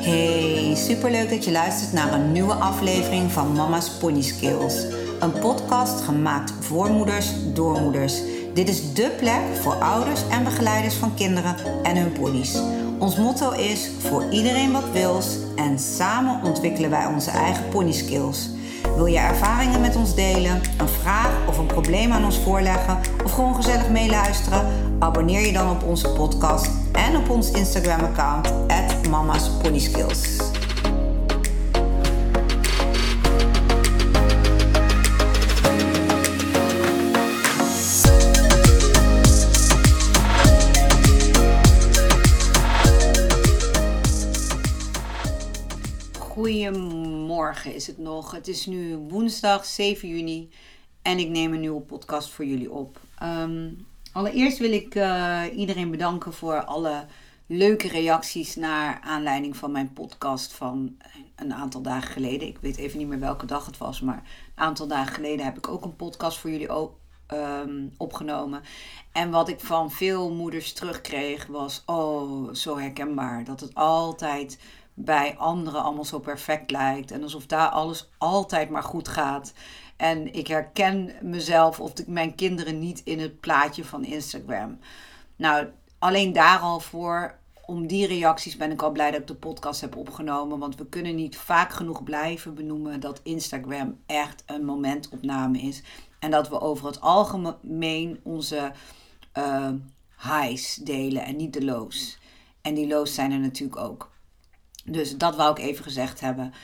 Hey, superleuk dat je luistert naar een nieuwe aflevering van Mama's Pony Skills. Een podcast gemaakt voor moeders, door moeders. Dit is dé plek voor ouders en begeleiders van kinderen en hun ponies. Ons motto is voor iedereen wat wils en samen ontwikkelen wij onze eigen pony skills. Wil je ervaringen met ons delen, een vraag of een probleem aan ons voorleggen of gewoon gezellig meeluisteren? Abonneer je dan op onze podcast en op ons Instagram-account @mamasponyskills. Goedemorgen is het nog. Het is nu woensdag 7 juni en ik neem een nieuwe podcast voor jullie op. Allereerst wil ik iedereen bedanken voor alle leuke reacties naar aanleiding van mijn podcast van een aantal dagen geleden. Ik weet even niet meer welke dag het was, maar een aantal dagen geleden heb ik ook een podcast voor jullie opgenomen. En wat ik van veel moeders terugkreeg was, zo herkenbaar. Dat het altijd bij anderen allemaal zo perfect lijkt. En alsof daar alles altijd maar goed gaat. En ik herken mezelf of mijn kinderen niet in het plaatje van Instagram. Nou, alleen daar al voor, om die reacties ben ik al blij dat ik de podcast heb opgenomen. Want we kunnen niet vaak genoeg blijven benoemen dat Instagram echt een momentopname is. En dat we over het algemeen onze highs delen en niet de lows. En die lows zijn er natuurlijk ook. Dus dat wou ik even gezegd hebben.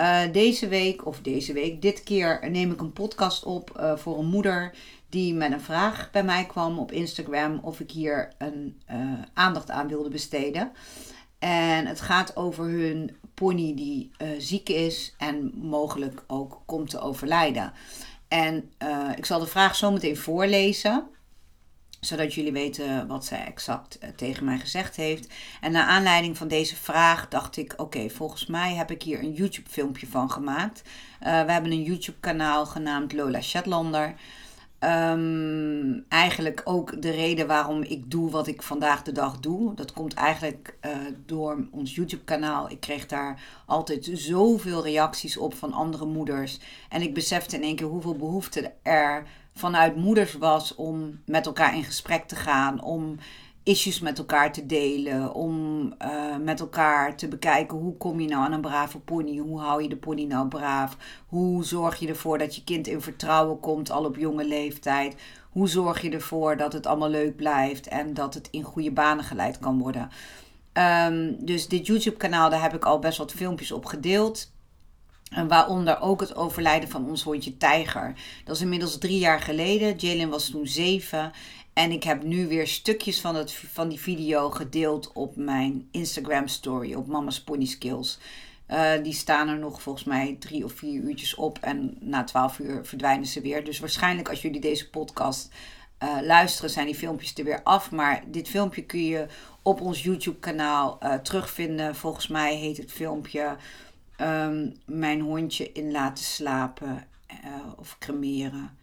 Dit keer neem ik een podcast op voor een moeder die met een vraag bij mij kwam op Instagram of ik hier een aandacht aan wilde besteden. En het gaat over hun pony die ziek is en mogelijk ook komt te overlijden. En ik zal de vraag zo meteen voorlezen, zodat jullie weten wat zij exact tegen mij gezegd heeft. En naar aanleiding van deze vraag dacht ik, oké, volgens mij heb ik hier een YouTube filmpje van gemaakt. We hebben een YouTube kanaal genaamd Lola Shetlander. Eigenlijk ook de reden waarom ik doe wat ik vandaag de dag doe. Dat komt eigenlijk door ons YouTube kanaal. Ik kreeg daar altijd zoveel reacties op van andere moeders. En ik besefte in één keer hoeveel behoefte er vanuit moeders was om met elkaar in gesprek te gaan, om issues met elkaar te delen, om met elkaar te bekijken hoe kom je nou aan een brave pony, hoe hou je de pony nou braaf, hoe zorg je ervoor dat je kind in vertrouwen komt al op jonge leeftijd, hoe zorg je ervoor dat het allemaal leuk blijft en dat het in goede banen geleid kan worden. Dus dit YouTube kanaal, daar heb ik al best wat filmpjes op gedeeld. En waaronder ook het overlijden van ons hondje Tijger. Dat is inmiddels 3 jaar geleden. Jalen was toen 7. En ik heb nu weer stukjes van die video gedeeld op mijn Instagram story. Op Mama's Pony Skills. Die staan er nog volgens mij 3 of 4 uurtjes op. En na 12 uur verdwijnen ze weer. Dus waarschijnlijk als jullie deze podcast luisteren zijn die filmpjes er weer af. Maar dit filmpje kun je op ons YouTube kanaal terugvinden. Volgens mij heet het filmpje mijn hondje in laten slapen of cremeren.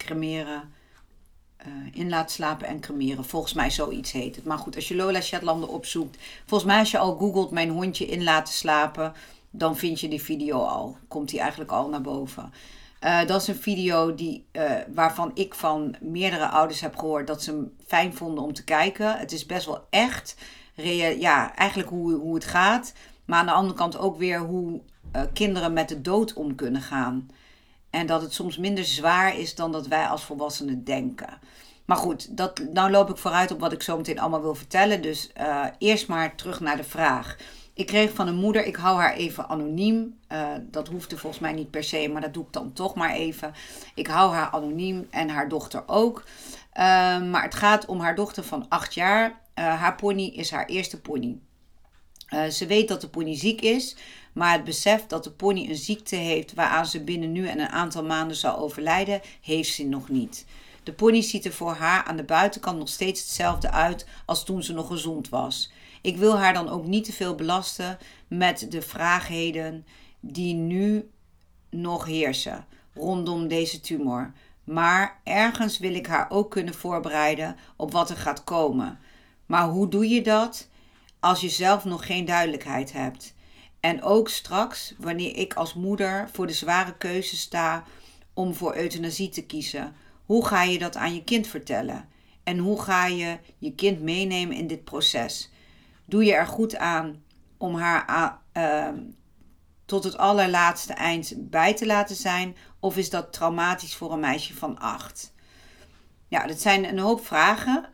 In laten slapen en cremeren. Volgens mij zoiets heet het. Maar goed, als je Lola Shetlander opzoekt. Volgens mij als je al googelt mijn hondje in laten slapen. Dan vind je die video al. Komt die eigenlijk al naar boven. Dat is een video waarvan ik van meerdere ouders heb gehoord dat ze hem fijn vonden om te kijken. Het is best wel echt. Eigenlijk hoe het gaat. Maar aan de andere kant ook weer hoe kinderen met de dood om kunnen gaan. En dat het soms minder zwaar is dan dat wij als volwassenen denken. Maar goed, nou loop ik vooruit op wat ik zo meteen allemaal wil vertellen. Dus eerst maar terug naar de vraag. Ik kreeg van een moeder, ik hou haar even anoniem. Dat hoefde volgens mij niet per se, maar dat doe ik dan toch maar even. Ik hou haar anoniem en haar dochter ook. Maar het gaat om haar dochter van 8 jaar. Haar pony is haar eerste pony. Ze weet dat de pony ziek is, maar het besef dat de pony een ziekte heeft waaraan ze binnen nu en een aantal maanden zal overlijden, heeft ze nog niet. De pony ziet er voor haar aan de buitenkant nog steeds hetzelfde uit als toen ze nog gezond was. Ik wil haar dan ook niet te veel belasten met de vraagheden die nu nog heersen rondom deze tumor. Maar ergens wil ik haar ook kunnen voorbereiden op wat er gaat komen. Maar hoe doe je dat als je zelf nog geen duidelijkheid hebt? En ook straks, wanneer ik als moeder voor de zware keuze sta om voor euthanasie te kiezen. Hoe ga je dat aan je kind vertellen? En hoe ga je je kind meenemen in dit proces? Doe je er goed aan om haar tot het allerlaatste eind bij te laten zijn? Of is dat traumatisch voor een meisje van 8? Ja, dat zijn een hoop vragen,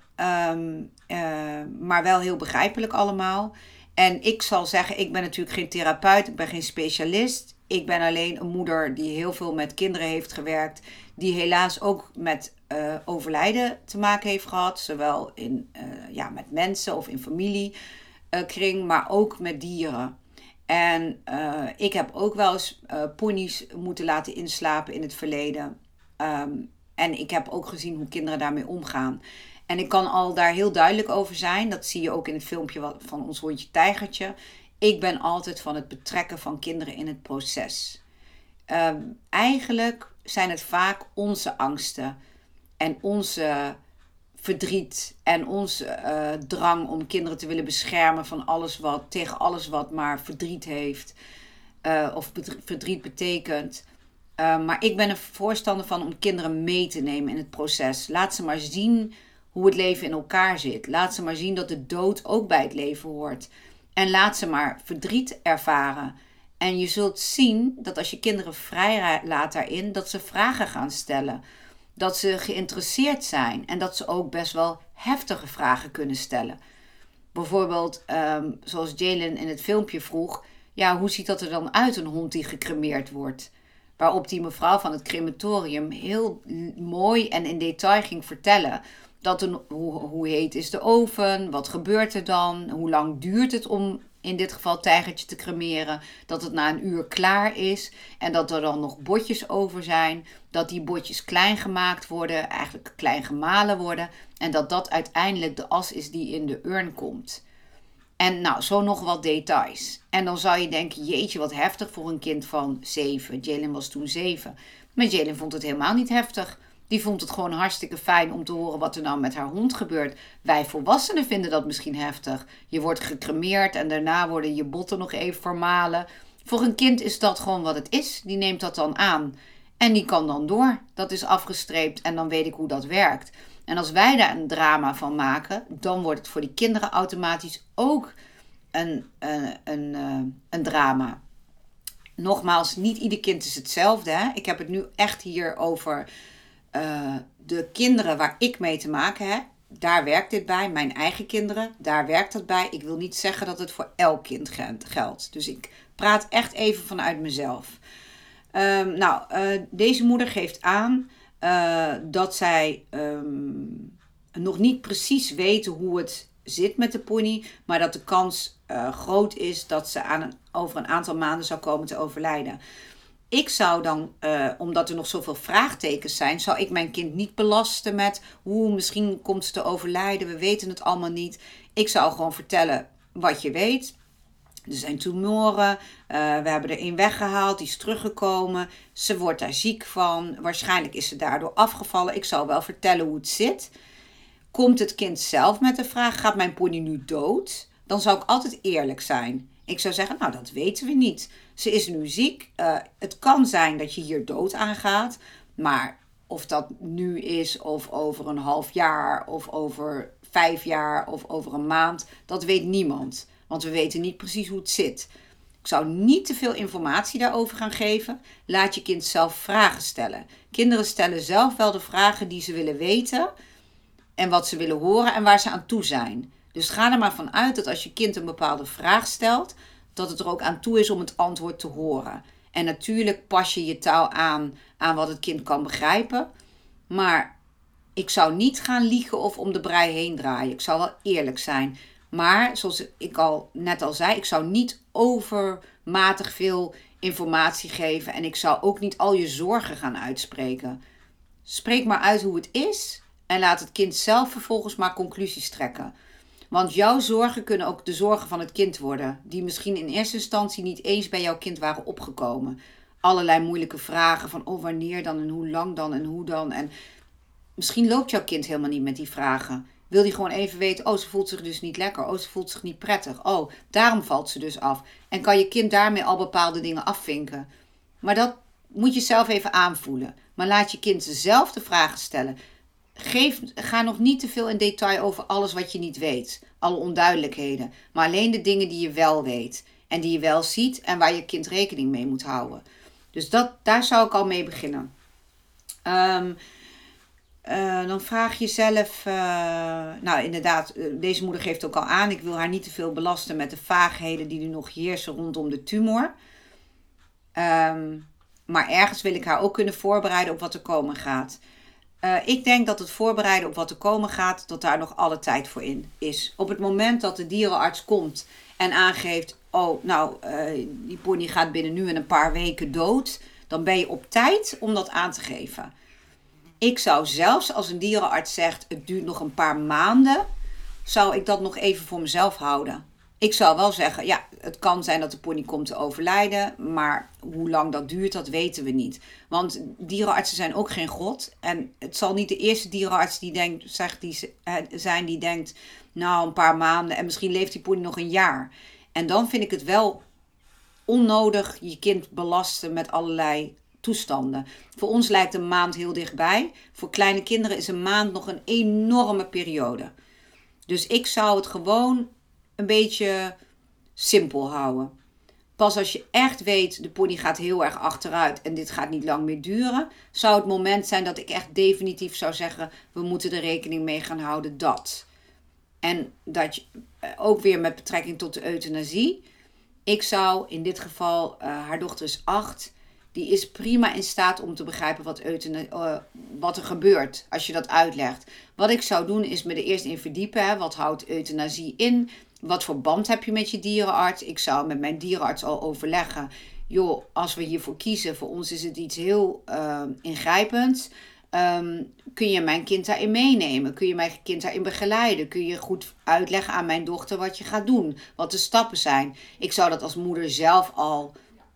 maar wel heel begrijpelijk allemaal. En ik zal zeggen, ik ben natuurlijk geen therapeut, ik ben geen specialist. Ik ben alleen een moeder die heel veel met kinderen heeft gewerkt, die helaas ook met overlijden te maken heeft gehad. Zowel met mensen of in familiekring, maar ook met dieren. En ik heb ook wel eens ponies moeten laten inslapen in het verleden. En ik heb ook gezien hoe kinderen daarmee omgaan. En ik kan al daar heel duidelijk over zijn. Dat zie je ook in het filmpje van ons hondje Tijgertje. Ik ben altijd van het betrekken van kinderen in het proces. Eigenlijk zijn het vaak onze angsten en onze verdriet en onze drang om kinderen te willen beschermen van tegen alles wat maar verdriet heeft of verdriet betekent. Maar ik ben een voorstander van om kinderen mee te nemen in het proces. Laat ze maar zien hoe het leven in elkaar zit. Laat ze maar zien dat de dood ook bij het leven hoort. En laat ze maar verdriet ervaren. En je zult zien dat als je kinderen vrij laat daarin, dat ze vragen gaan stellen. Dat ze geïnteresseerd zijn. En dat ze ook best wel heftige vragen kunnen stellen. Bijvoorbeeld, zoals Jalen in het filmpje vroeg. Ja, hoe ziet dat er dan uit, een hond die gecremeerd wordt? Waarop die mevrouw van het crematorium heel mooi en in detail ging vertellen. Hoe heet is de oven? Wat gebeurt er dan? Hoe lang duurt het om in dit geval Tijgertje te cremeren? Dat het na een uur klaar is. En dat er dan nog botjes over zijn. Dat die botjes klein gemaakt worden. Eigenlijk klein gemalen worden. En dat uiteindelijk de as is die in de urn komt. En nou, zo nog wat details. En dan zou je denken, jeetje, wat heftig voor een kind van 7. Jalen was toen 7. Maar Jalen vond het helemaal niet heftig. Die vond het gewoon hartstikke fijn om te horen wat er nou met haar hond gebeurt. Wij volwassenen vinden dat misschien heftig. Je wordt gecremeerd en daarna worden je botten nog even vermalen. Voor een kind is dat gewoon wat het is. Die neemt dat dan aan. En die kan dan door. Dat is afgestreept en dan weet ik hoe dat werkt. En als wij daar een drama van maken, dan wordt het voor die kinderen automatisch ook een drama. Nogmaals, niet ieder kind is hetzelfde. Hè? Ik heb het nu echt hier over de kinderen waar ik mee te maken heb. Daar werkt dit bij. Mijn eigen kinderen, daar werkt dat bij. Ik wil niet zeggen dat het voor elk kind geldt. Dus ik praat echt even vanuit mezelf. Deze moeder geeft aan dat zij nog niet precies weten hoe het zit met de pony, maar dat de kans groot is dat ze over een aantal maanden zou komen te overlijden. Ik zou dan, omdat er nog zoveel vraagtekens zijn, zou ik mijn kind niet belasten met misschien komt ze te overlijden, we weten het allemaal niet. Ik zou gewoon vertellen wat je weet. Er zijn tumoren, we hebben er een weggehaald, die is teruggekomen. Ze wordt daar ziek van, waarschijnlijk is ze daardoor afgevallen. Ik zou wel vertellen hoe het zit. Komt het kind zelf met de vraag, gaat mijn pony nu dood? Dan zou ik altijd eerlijk zijn. Ik zou zeggen, nou dat weten we niet. Ze is nu ziek, het kan zijn dat je hier dood aan gaat. Maar of dat nu is of over een half jaar of over 5 jaar of over een maand, dat weet niemand. Want we weten niet precies hoe het zit. Ik zou niet te veel informatie daarover gaan geven. Laat je kind zelf vragen stellen. Kinderen stellen zelf wel de vragen die ze willen weten. En wat ze willen horen en waar ze aan toe zijn. Dus ga er maar van uit dat als je kind een bepaalde vraag stelt, dat het er ook aan toe is om het antwoord te horen. En natuurlijk pas je je taal aan wat het kind kan begrijpen. Maar ik zou niet gaan liegen of om de brei heen draaien. Ik zou wel eerlijk zijn. Maar zoals ik net al zei, ik zou niet overmatig veel informatie geven. En ik zou ook niet al je zorgen gaan uitspreken. Spreek maar uit hoe het is. En laat het kind zelf vervolgens maar conclusies trekken. Want jouw zorgen kunnen ook de zorgen van het kind worden. Die misschien in eerste instantie niet eens bij jouw kind waren opgekomen. Allerlei moeilijke vragen van wanneer dan en hoe lang dan en hoe dan. En misschien loopt jouw kind helemaal niet met die vragen. Wil hij gewoon even weten, oh, ze voelt zich dus niet lekker. Oh, ze voelt zich niet prettig. Oh, daarom valt ze dus af. En kan je kind daarmee al bepaalde dingen afvinken. Maar dat moet je zelf even aanvoelen. Maar laat je kind zelf de vragen stellen. Ga nog niet te veel in detail over alles wat je niet weet. Alle onduidelijkheden. Maar alleen de dingen die je wel weet. En die je wel ziet en waar je kind rekening mee moet houden. Dus daar zou ik al mee beginnen. Dan vraag je zelf... nou inderdaad, deze moeder geeft ook al aan. Ik wil haar niet te veel belasten met de vaagheden die er nog heersen rondom de tumor. Maar ergens wil ik haar ook kunnen voorbereiden op wat er komen gaat. Ik denk dat het voorbereiden op wat er komen gaat, dat daar nog alle tijd voor in is. Op het moment dat de dierenarts komt en aangeeft, die pony gaat binnen nu en een paar weken dood, dan ben je op tijd om dat aan te geven. Ik zou zelfs als een dierenarts zegt, het duurt nog een paar maanden, zou ik dat nog even voor mezelf houden. Ik zou wel zeggen, ja, het kan zijn dat de pony komt te overlijden, maar hoe lang dat duurt, dat weten we niet. Want dierenartsen zijn ook geen god. En het zal niet de eerste dierenarts die denkt, nou een paar maanden en misschien leeft die pony nog een jaar. En dan vind ik het wel onnodig je kind belasten met allerlei toestanden. Voor ons lijkt een maand heel dichtbij. Voor kleine kinderen is een maand nog een enorme periode. Dus ik zou het gewoon een beetje simpel houden. Pas als je echt weet, de pony gaat heel erg achteruit en dit gaat niet lang meer duren, zou het moment zijn dat ik echt definitief zou zeggen, we moeten er rekening mee gaan houden dat. En dat je, ook weer met betrekking tot de euthanasie. Ik zou in dit geval, haar dochter is 8, die is prima in staat om te begrijpen wat er gebeurt als je dat uitlegt. Wat ik zou doen is me er eerst in verdiepen. Hè. Wat houdt euthanasie in? Wat voor band heb je met je dierenarts? Ik zou met mijn dierenarts al overleggen. Joh, als we hiervoor kiezen, voor ons is het iets heel ingrijpends. Kun je mijn kind daarin meenemen? Kun je mijn kind daarin begeleiden? Kun je goed uitleggen aan mijn dochter wat je gaat doen? Wat de stappen zijn? Ik zou dat als moeder zelf al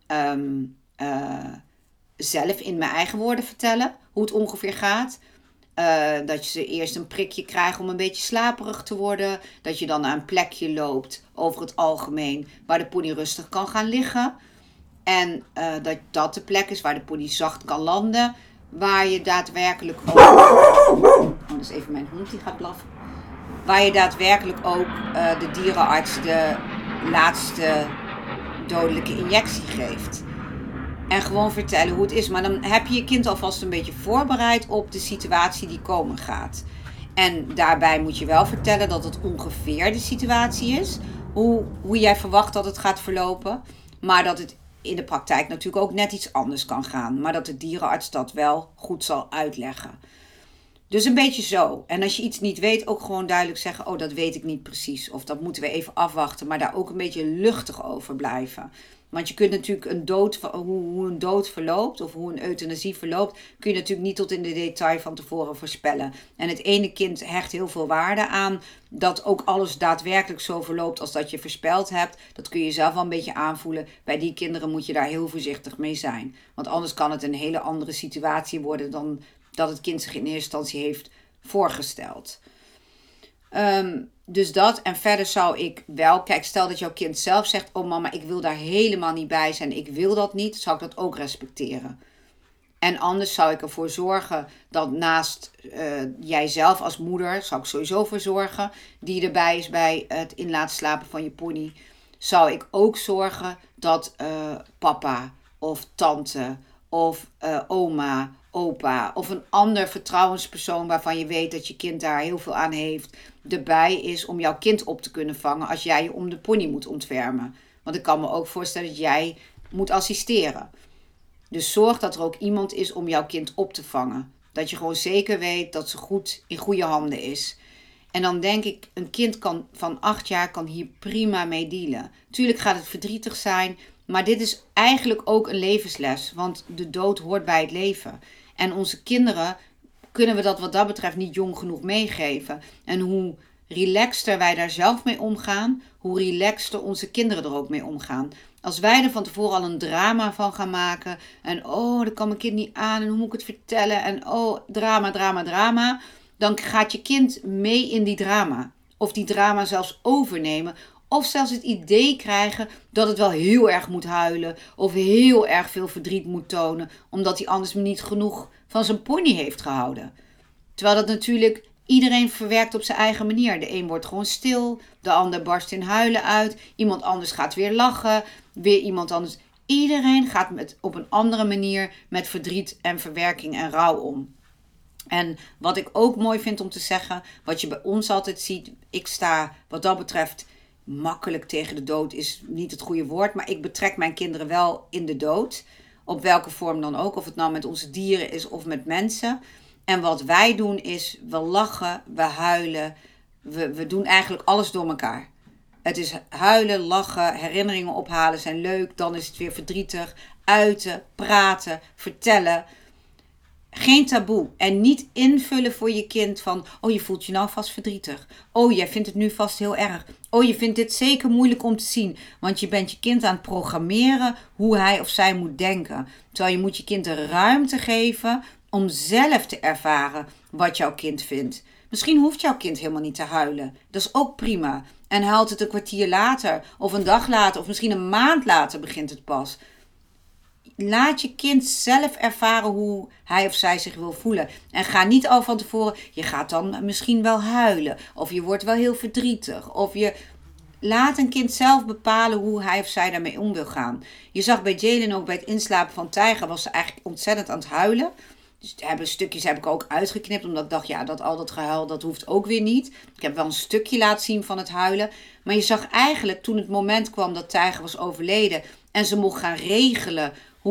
zelf in mijn eigen woorden vertellen. Hoe het ongeveer gaat. Dat je ze eerst een prikje krijgt om een beetje slaperig te worden. Dat je dan naar een plekje loopt, over het algemeen, waar de pony rustig kan gaan liggen. En dat de plek is waar de pony zacht kan landen. Waar je daadwerkelijk ook... dat is even mijn hond die gaat blaffen. Waar je daadwerkelijk ook de dierenarts de laatste dodelijke injectie geeft. En gewoon vertellen hoe het is. Maar dan heb je je kind alvast een beetje voorbereid op de situatie die komen gaat. En daarbij moet je wel vertellen dat het ongeveer de situatie is. Hoe jij verwacht dat het gaat verlopen. Maar dat het in de praktijk natuurlijk ook net iets anders kan gaan. Maar dat de dierenarts dat wel goed zal uitleggen. Dus een beetje zo. En als je iets niet weet, ook gewoon duidelijk zeggen, oh, dat weet ik niet precies. Of dat moeten we even afwachten. Maar daar ook een beetje luchtig over blijven. Want je kunt natuurlijk hoe een dood verloopt of hoe een euthanasie verloopt, kun je natuurlijk niet tot in de detail van tevoren voorspellen. En het ene kind hecht heel veel waarde aan dat ook alles daadwerkelijk zo verloopt als dat je voorspeld hebt. Dat kun je zelf wel een beetje aanvoelen. Bij die kinderen moet je daar heel voorzichtig mee zijn. Want anders kan het een hele andere situatie worden dan dat het kind zich in eerste instantie heeft voorgesteld. Dus dat. En verder zou ik wel... Kijk, stel dat jouw kind zelf zegt, oh mama, ik wil daar helemaal niet bij zijn. Ik wil dat niet. Zou ik dat ook respecteren. En anders zou ik ervoor zorgen dat naast jijzelf als moeder, zou ik sowieso voor zorgen, die erbij is bij het in laten slapen van je pony, zou ik ook zorgen dat papa of tante of oma, opa of een ander vertrouwenspersoon waarvan je weet dat je kind daar heel veel aan heeft, erbij is om jouw kind op te kunnen vangen als jij je om de pony moet ontfermen. Want ik kan me ook voorstellen dat jij moet assisteren. Dus zorg dat er ook iemand is om jouw kind op te vangen. Dat je gewoon zeker weet dat ze goed in goede handen is. En dan denk ik, een kind van 8 jaar kan hier prima mee dealen. Tuurlijk gaat het verdrietig zijn, maar dit is eigenlijk ook een levensles. Want de dood hoort bij het leven. En onze kinderen kunnen we dat wat dat betreft niet jong genoeg meegeven. En hoe relaxter wij daar zelf mee omgaan, hoe relaxter onze kinderen er ook mee omgaan. Als wij er van tevoren al een drama van gaan maken. En oh, dat kan mijn kind niet aan. En hoe moet ik het vertellen? En oh, drama. dan gaat je kind mee in die drama. Of die drama zelfs overnemen. Of zelfs het idee krijgen dat het wel heel erg moet huilen. Of heel erg veel verdriet moet tonen. Omdat hij anders niet genoeg van zijn pony heeft gehouden. Terwijl dat natuurlijk iedereen verwerkt op zijn eigen manier. De een wordt gewoon stil. De ander barst in huilen uit. Iemand anders gaat weer lachen. Weer iemand anders. Iedereen gaat op een andere manier met verdriet en verwerking en rouw om. En wat ik ook mooi vind om te zeggen, wat je bij ons altijd ziet, ik sta wat dat betreft makkelijk tegen de dood is niet het goede woord, maar ik betrek mijn kinderen wel in de dood. Op welke vorm dan ook, of het nou met onze dieren is of met mensen. En wat wij doen is, we lachen, we huilen, we doen eigenlijk alles door elkaar. Het is huilen, lachen, herinneringen ophalen zijn leuk, dan is het weer verdrietig, uiten, praten, vertellen. Geen taboe. En niet invullen voor je kind van, oh je voelt je nou vast verdrietig. Oh jij vindt het nu vast heel erg. Oh je vindt dit zeker moeilijk om te zien. Want je bent je kind aan het programmeren hoe hij of zij moet denken. Terwijl je moet je kind de ruimte geven om zelf te ervaren wat jouw kind vindt. Misschien hoeft jouw kind helemaal niet te huilen. Dat is ook prima. En huilt het een kwartier later of een dag later of misschien een maand later begint het pas. Laat je kind zelf ervaren hoe hij of zij zich wil voelen. En ga niet al van tevoren, je gaat dan misschien wel huilen. Of je wordt wel heel verdrietig. Of je laat een kind zelf bepalen hoe hij of zij daarmee om wil gaan. Je zag bij Jalen ook bij het inslapen van Tijger was ze eigenlijk ontzettend aan het huilen. Dus stukjes heb ik ook uitgeknipt. Omdat ik dacht, ja, al dat gehuil, dat hoeft ook weer niet. Ik heb wel een stukje laten zien van het huilen. Maar je zag eigenlijk toen het moment kwam dat Tijger was overleden. En ze mocht gaan regelen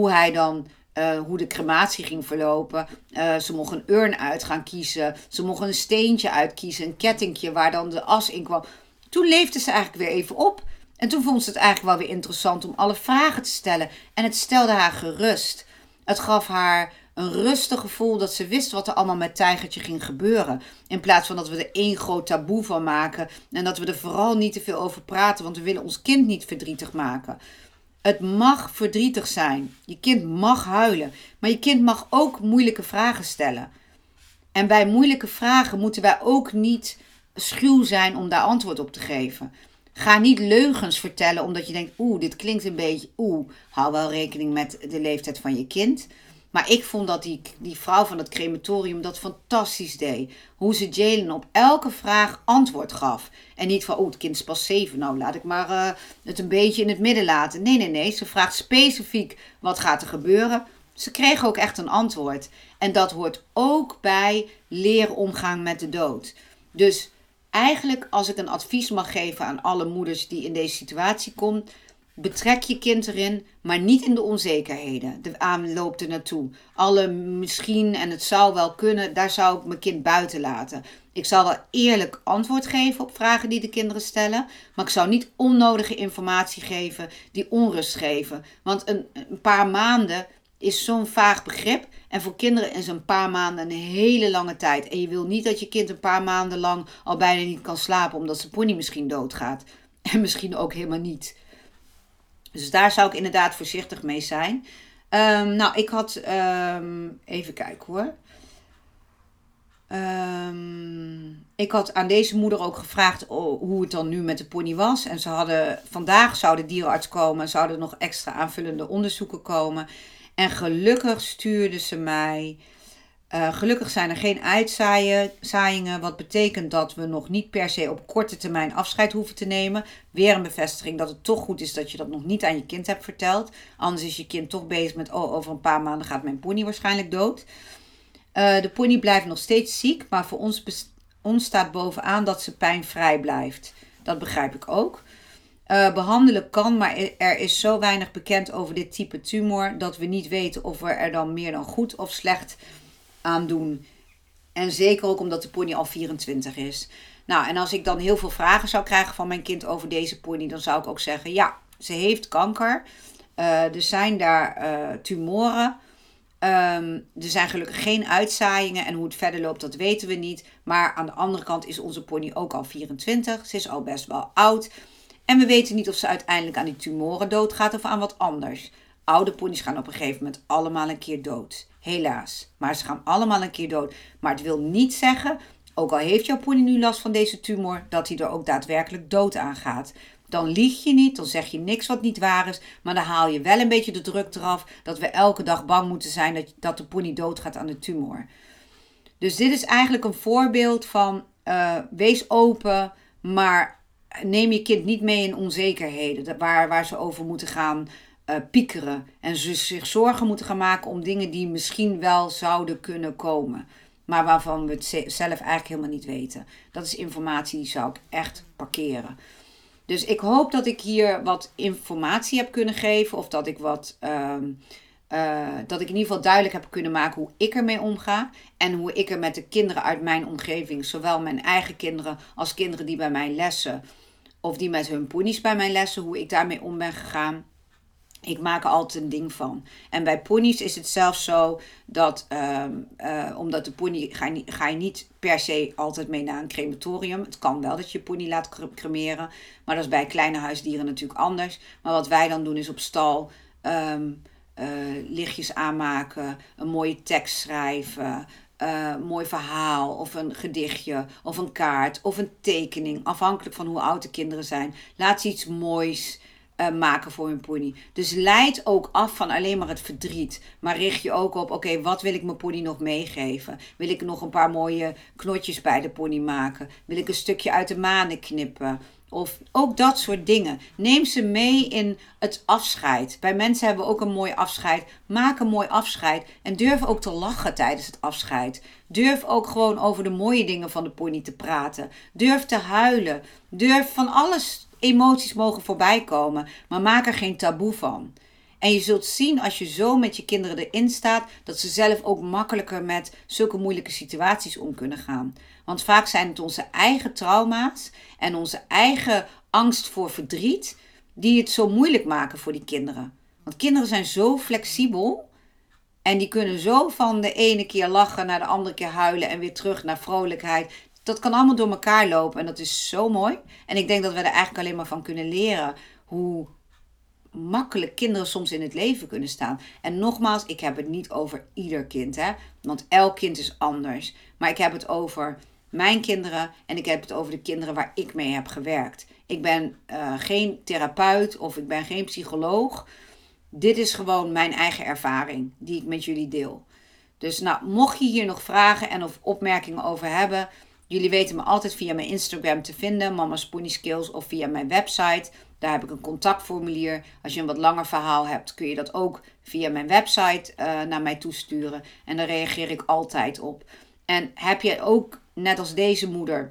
hoe de crematie ging verlopen. Ze mocht een urn uit gaan kiezen. Ze mocht een steentje uitkiezen. Een kettingje waar dan de as in kwam. Toen leefde ze eigenlijk weer even op. En toen vond ze het eigenlijk wel weer interessant om alle vragen te stellen. En het stelde haar gerust. Het gaf haar een rustig gevoel dat ze wist wat er allemaal met Tijgertje ging gebeuren. In plaats van dat we er één groot taboe van maken. En dat we er vooral niet te veel over praten. Want we willen ons kind niet verdrietig maken. Het mag verdrietig zijn. Je kind mag huilen. Maar je kind mag ook moeilijke vragen stellen. En bij moeilijke vragen moeten wij ook niet schuw zijn om daar antwoord op te geven. Ga niet leugens vertellen omdat je denkt, dit klinkt een beetje, hou wel rekening met de leeftijd van je kind. Maar ik vond dat die vrouw van het crematorium dat fantastisch deed. Hoe ze Jalen op elke vraag antwoord gaf. En niet van, het kind is pas 7, nou laat ik maar het een beetje in het midden laten. Nee. Ze vraagt specifiek, wat gaat er gebeuren? Ze kreeg ook echt een antwoord. En dat hoort ook bij leren omgaan met de dood. Dus eigenlijk, als ik een advies mag geven aan alle moeders die in deze situatie komen, betrek je kind erin, maar niet in de onzekerheden. De aanloop er naartoe. Alle misschien en het zou wel kunnen, daar zou ik mijn kind buiten laten. Ik zal wel eerlijk antwoord geven op vragen die de kinderen stellen. Maar ik zou niet onnodige informatie geven die onrust geven. Want een paar maanden is zo'n vaag begrip. En voor kinderen is een paar maanden een hele lange tijd. En je wil niet dat je kind een paar maanden lang al bijna niet kan slapen. Omdat zijn pony misschien doodgaat. En misschien ook helemaal niet. Dus daar zou ik inderdaad voorzichtig mee zijn. Ik had... even kijken hoor. Ik had aan deze moeder ook gevraagd hoe het dan nu met de pony was. En vandaag zou de dierenarts komen. Zouden er nog extra aanvullende onderzoeken komen. En gelukkig stuurde ze mij... gelukkig zijn er geen uitzaaiingen, wat betekent dat we nog niet per se op korte termijn afscheid hoeven te nemen. Weer een bevestiging dat het toch goed is dat je dat nog niet aan je kind hebt verteld. Anders is je kind toch bezig met, over een paar maanden gaat mijn pony waarschijnlijk dood. De pony blijft nog steeds ziek, maar voor ons staat bovenaan dat ze pijnvrij blijft. Dat begrijp ik ook. Behandelen kan, maar er is zo weinig bekend over dit type tumor dat we niet weten of we er dan meer dan goed of slecht aan doen. En zeker ook omdat de pony al 24 is. Nou, en als ik dan heel veel vragen zou krijgen van mijn kind over deze pony, dan zou ik ook zeggen, ja, ze heeft kanker. Er zijn daar tumoren. Er zijn gelukkig geen uitzaaiingen en hoe het verder loopt, dat weten we niet. Maar aan de andere kant is onze pony ook al 24. Ze is al best wel oud. En we weten niet of ze uiteindelijk aan die tumoren doodgaat of aan wat anders. Oude ponies gaan op een gegeven moment allemaal een keer dood. Helaas. Maar ze gaan allemaal een keer dood. Maar het wil niet zeggen ook al heeft jouw pony nu last van deze tumor, dat hij er ook daadwerkelijk dood aan gaat. Dan lieg je niet, dan zeg je niks wat niet waar is, maar dan haal je wel een beetje de druk eraf dat we elke dag bang moeten zijn dat de pony doodgaat aan de tumor. Dus dit is eigenlijk een voorbeeld van wees open, maar neem je kind niet mee in onzekerheden waar ze over moeten gaan piekeren. En ze zich zorgen moeten gaan maken om dingen die misschien wel zouden kunnen komen. Maar waarvan we het zelf eigenlijk helemaal niet weten. Dat is informatie die zou ik echt parkeren. Dus ik hoop dat ik hier wat informatie heb kunnen geven. Of dat ik dat ik in ieder geval duidelijk heb kunnen maken hoe ik ermee omga. En hoe ik er met de kinderen uit mijn omgeving, zowel mijn eigen kinderen als kinderen die bij mij lessen. Of die met hun ponies bij mij lessen, hoe ik daarmee om ben gegaan. Ik maak er altijd een ding van. En bij ponies is het zelfs zo dat, omdat de pony ga je niet per se altijd mee naar een crematorium. Het kan wel dat je pony laat cremeren. Maar dat is bij kleine huisdieren natuurlijk anders. Maar wat wij dan doen is op stal lichtjes aanmaken, een mooie tekst schrijven, een mooi verhaal of een gedichtje of een kaart of een tekening. Afhankelijk van hoe oud de kinderen zijn. Laat ze iets moois maken voor hun pony. Dus leid ook af van alleen maar het verdriet. Maar richt je ook op, oké, wat wil ik mijn pony nog meegeven? Wil ik nog een paar mooie knotjes bij de pony maken? Wil ik een stukje uit de manen knippen? Of ook dat soort dingen. Neem ze mee in het afscheid. Bij mensen hebben we ook een mooi afscheid. Maak een mooi afscheid. En durf ook te lachen tijdens het afscheid. Durf ook gewoon over de mooie dingen van de pony te praten. Durf te huilen. Durf van alles. Emoties mogen voorbij komen. Maar maak er geen taboe van. En je zult zien als je zo met je kinderen erin staat, dat ze zelf ook makkelijker met zulke moeilijke situaties om kunnen gaan. Want vaak zijn het onze eigen trauma's en onze eigen angst voor verdriet die het zo moeilijk maken voor die kinderen. Want kinderen zijn zo flexibel en die kunnen zo van de ene keer lachen naar de andere keer huilen en weer terug naar vrolijkheid. Dat kan allemaal door elkaar lopen en dat is zo mooi. En ik denk dat we er eigenlijk alleen maar van kunnen leren hoe makkelijk kinderen soms in het leven kunnen staan. En nogmaals, ik heb het niet over ieder kind, hè? Want elk kind is anders. Maar ik heb het over mijn kinderen en ik heb het over de kinderen waar ik mee heb gewerkt. Ik ben geen therapeut of ik ben geen psycholoog. Dit is gewoon mijn eigen ervaring die ik met jullie deel. Dus nou, mocht je hier nog vragen en of opmerkingen over hebben, jullie weten me altijd via mijn Instagram te vinden, Mama's Pony Skills, of via mijn website. Daar heb ik een contactformulier. Als je een wat langer verhaal hebt, kun je dat ook via mijn website naar mij toesturen. En daar reageer ik altijd op. En heb je ook, net als deze moeder,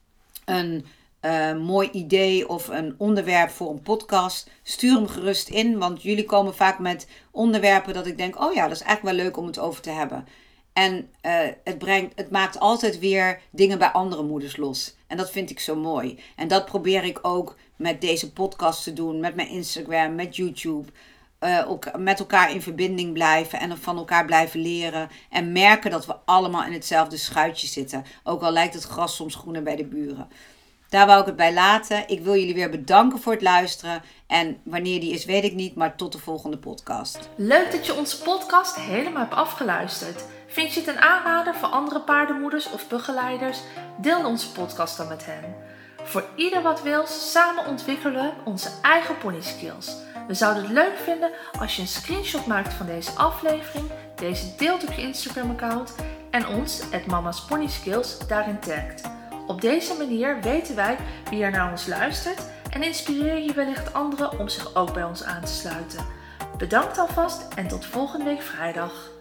een mooi idee of een onderwerp voor een podcast, stuur hem gerust in. Want jullie komen vaak met onderwerpen dat ik denk, oh ja, dat is eigenlijk wel leuk om het over te hebben. En het maakt altijd weer dingen bij andere moeders los. En dat vind ik zo mooi. En dat probeer ik ook met deze podcast te doen, met mijn Instagram, met YouTube. Ook met elkaar in verbinding blijven en van elkaar blijven leren. En merken dat we allemaal in hetzelfde schuitje zitten. Ook al lijkt het gras soms groener bij de buren. Daar wou ik het bij laten. Ik wil jullie weer bedanken voor het luisteren. En wanneer die is, weet ik niet. Maar tot de volgende podcast. Leuk dat je onze podcast helemaal hebt afgeluisterd. Vind je het een aanrader voor andere paardenmoeders of begeleiders? Deel onze podcast dan met hen. Voor ieder wat wil, samen ontwikkelen we onze eigen pony skills. We zouden het leuk vinden als je een screenshot maakt van deze aflevering, deze deelt op je Instagram account en ons, @Mama's Pony Skills, daarin tagt. Op deze manier weten wij wie er naar ons luistert en inspireer je wellicht anderen om zich ook bij ons aan te sluiten. Bedankt alvast en tot volgende week vrijdag.